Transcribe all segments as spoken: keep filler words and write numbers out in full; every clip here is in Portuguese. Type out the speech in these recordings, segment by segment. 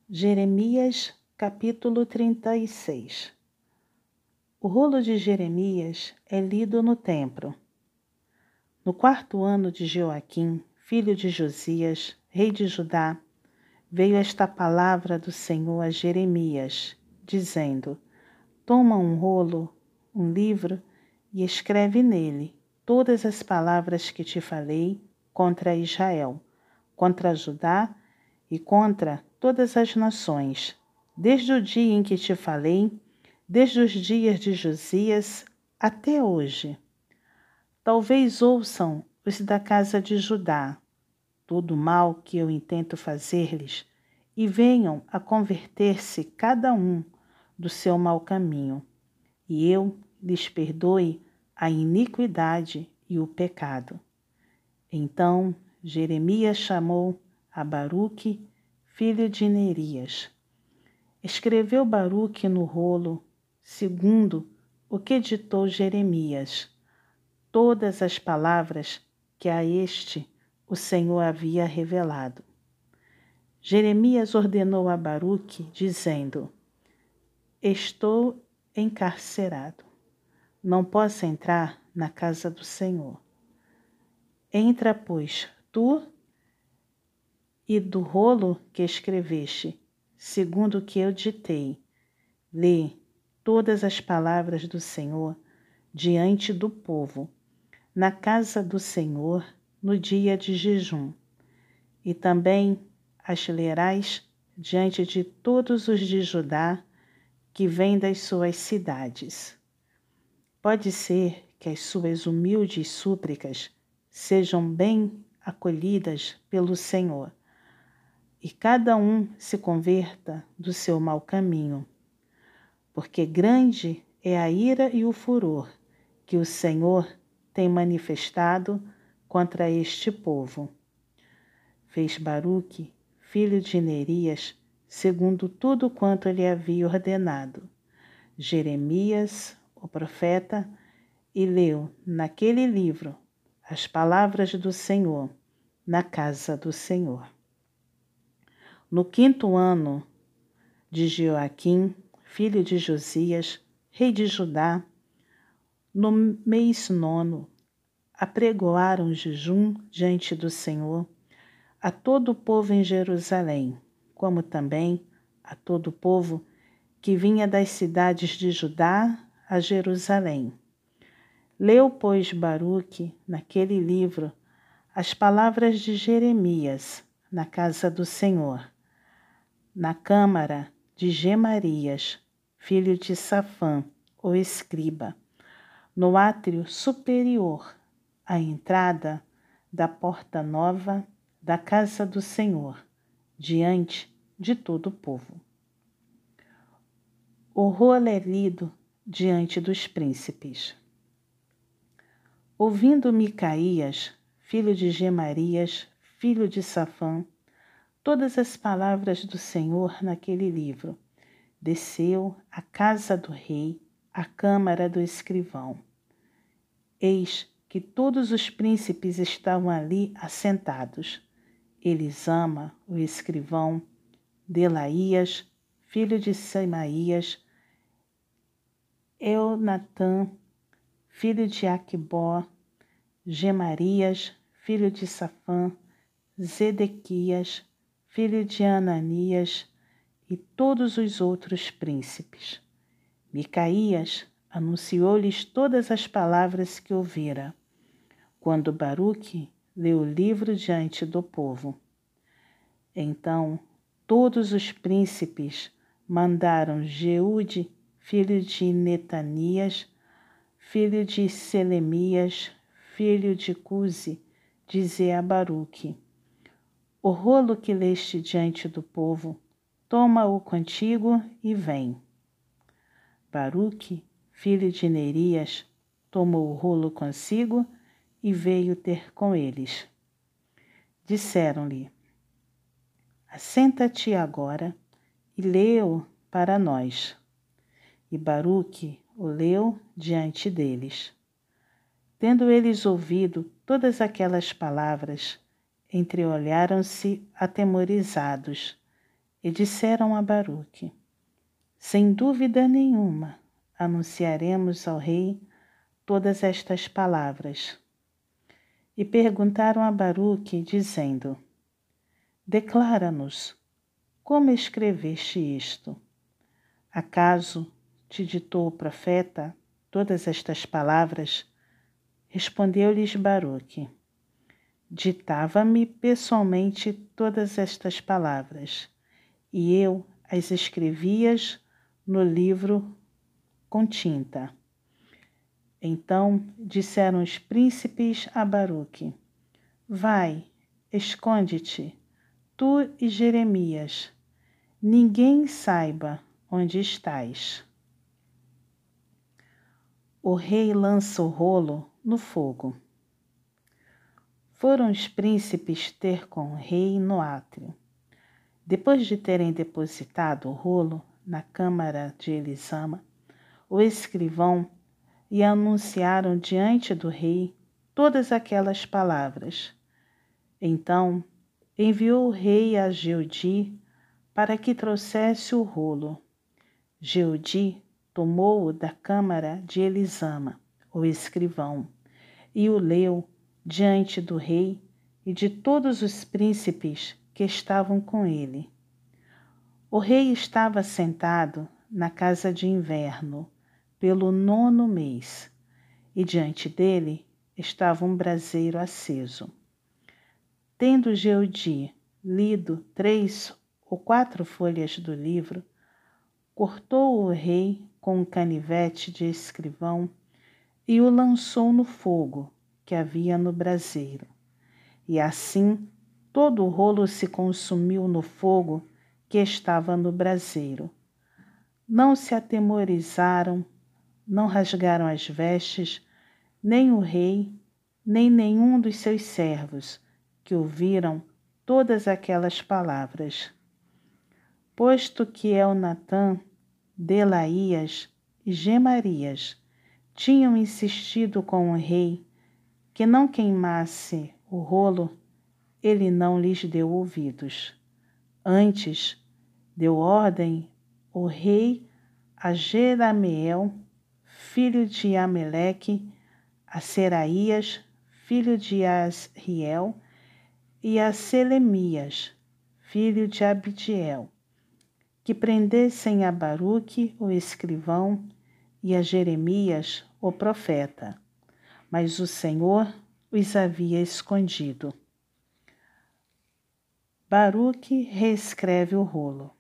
Jeremias, capítulo trinta e seis. O rolo de Jeremias é lido no templo. No quarto ano de Joaquim, filho de Josias, rei de Judá, veio esta palavra do Senhor a Jeremias, dizendo: Toma um rolo, um livro, e escreve nele todas as palavras que te falei contra Israel, contra Judá e contra todas as nações, desde o dia em que te falei, desde os dias de Josias até hoje. Talvez ouçam os da casa de Judá todo o mal que eu intento fazer-lhes e venham a converter-se cada um do seu mau caminho, e eu lhes perdoe a iniquidade e o pecado. Então Jeremias chamou a Baruque, filho de Nerias. Escreveu Baruque no rolo, segundo o que ditou Jeremias, todas as palavras que a este o Senhor havia revelado. Jeremias ordenou a Baruque, dizendo: Estou encarcerado, não posso entrar na casa do Senhor. Entra, pois, tu e do rolo que escreveste, segundo o que eu ditei, lê todas as palavras do Senhor diante do povo, na casa do Senhor, no dia de jejum, e também as lerás diante de todos os de Judá que vêm das suas cidades. Pode ser que as suas humildes súplicas sejam bem acolhidas pelo Senhor, e cada um se converta do seu mau caminho, porque grande é a ira e o furor que o Senhor tem manifestado contra este povo. Fez Baruque, filho de Nerias, segundo tudo quanto lhe havia ordenado Jeremias, o profeta, e leu naquele livro as palavras do Senhor, na casa do Senhor. No quinto ano de Joaquim, filho de Josias, rei de Judá, no mês nono, apregoaram jejum diante do Senhor a todo o povo em Jerusalém, como também a todo o povo que vinha das cidades de Judá a Jerusalém. Leu, pois, Baruque, naquele livro, as palavras de Jeremias, na casa do Senhor, na câmara de Gemarias, filho de Safã, o escriba, no átrio superior, à entrada da porta nova da casa do Senhor, diante de todo o povo. O rolo é lido diante dos príncipes. Ouvindo Micaías, filho de Gemarias, filho de Safã, todas as palavras do Senhor naquele livro, desceu à casa do rei, à câmara do escrivão. Eis que todos os príncipes estavam ali assentados. Elisama, o escrivão, Delaías, filho de Semaías, Eunatã, filho de Aquibó, Gemarias, filho de Safã, Zedequias, filho de Ananias, e todos os outros príncipes. Micaías anunciou-lhes todas as palavras que ouvira, quando Baruque leu o livro diante do povo. Então todos os príncipes mandaram Jeude, filho de Netanias, filho de Selemias, filho de Cusi, dizer a Baruque: O rolo que leste diante do povo, toma-o contigo e vem. Baruque, filho de Nerias, tomou o rolo consigo e veio ter com eles. Disseram-lhe: Assenta-te agora e lê-o para nós. E Baruque o leu diante deles. Tendo eles ouvido todas aquelas palavras, entreolharam-se atemorizados, e disseram a Baruque: sem dúvida nenhuma, anunciaremos ao rei todas estas palavras. E perguntaram a Baruque, dizendo: declara-nos, como escreveste isto? Acaso te ditou o profeta todas estas palavras? Respondeu-lhes Baruque: ditava-me pessoalmente todas estas palavras, e eu as escrevias no livro com tinta. Então disseram os príncipes a Baruque: vai, esconde-te, tu e Jeremias, ninguém saiba onde estás. O rei lança o rolo no fogo. Foram os príncipes ter com o rei no átrio. Depois de terem depositado o rolo na câmara de Elisama, o escrivão, e anunciaram diante do rei todas aquelas palavras. Então enviou o rei a Jeudi para que trouxesse o rolo. Jeudi tomou-o da câmara de Elisama, o escrivão, e o leu diante do rei e de todos os príncipes que estavam com ele. O rei estava sentado na casa de inverno, pelo nono mês, e diante dele estava um braseiro aceso. Tendo Jeudi lido três ou quatro folhas do livro, cortou o rei com um canivete de escrivão e o lançou no fogo que havia no braseiro. E assim todo o rolo se consumiu no fogo que estava no braseiro. Não se atemorizaram, não rasgaram as vestes, nem o rei, nem nenhum dos seus servos, que ouviram todas aquelas palavras. Posto que Elnatã, Delaías e Gemarias tinham insistido com o rei que não queimasse o rolo, ele não lhes deu ouvidos. Antes, deu ordem o rei a Jerameel, filho de Ameleque, a Seraías, filho de Asriel, e a Selemias, filho de Abdiel, que prendessem a Baruque, o escrivão, e a Jeremias, o profeta. Mas o Senhor os havia escondido. Baruque reescreve o rolo.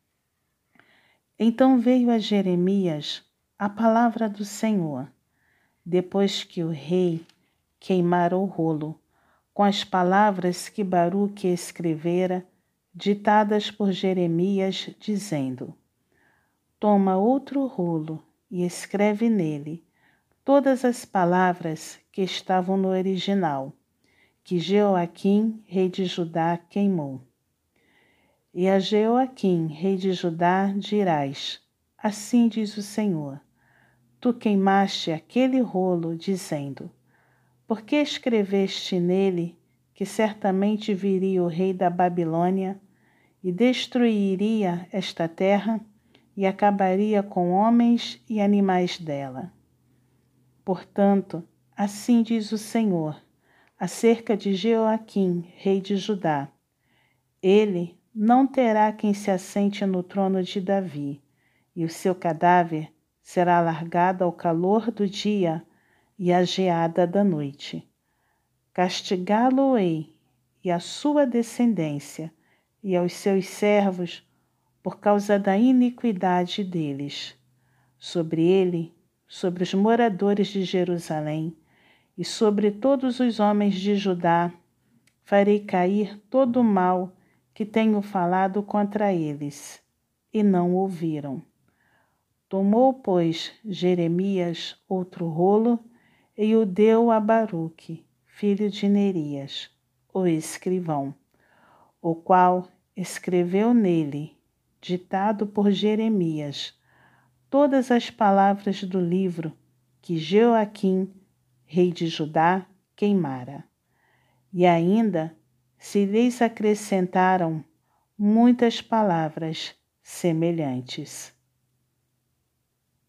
Então veio a Jeremias a palavra do Senhor, depois que o rei queimara o rolo, com as palavras que Baruque escrevera, ditadas por Jeremias, dizendo: toma outro rolo e escreve nele todas as palavras que estavam no original, que Jeoaquim, rei de Judá, queimou. E a Jeoaquim, rei de Judá, dirás: assim diz o Senhor, tu queimaste aquele rolo, dizendo: por que escreveste nele que certamente viria o rei da Babilônia e destruiria esta terra e acabaria com homens e animais dela? Portanto, assim diz o Senhor, acerca de Jeoaquim, rei de Judá: ele não terá quem se assente no trono de Davi, e o seu cadáver será largado ao calor do dia e à geada da noite. Castigá-lo-ei e a sua descendência e aos seus servos por causa da iniquidade deles. Sobre ele, sobre os moradores de Jerusalém e sobre todos os homens de Judá, farei cair todo o mal que tenho falado contra eles, e não ouviram. Tomou, pois, Jeremias outro rolo e o deu a Baruque, filho de Nerias, o escrivão, o qual escreveu nele, ditado por Jeremias, todas as palavras do livro que Jeoaquim, rei de Judá, queimara. E ainda se lhes acrescentaram muitas palavras semelhantes.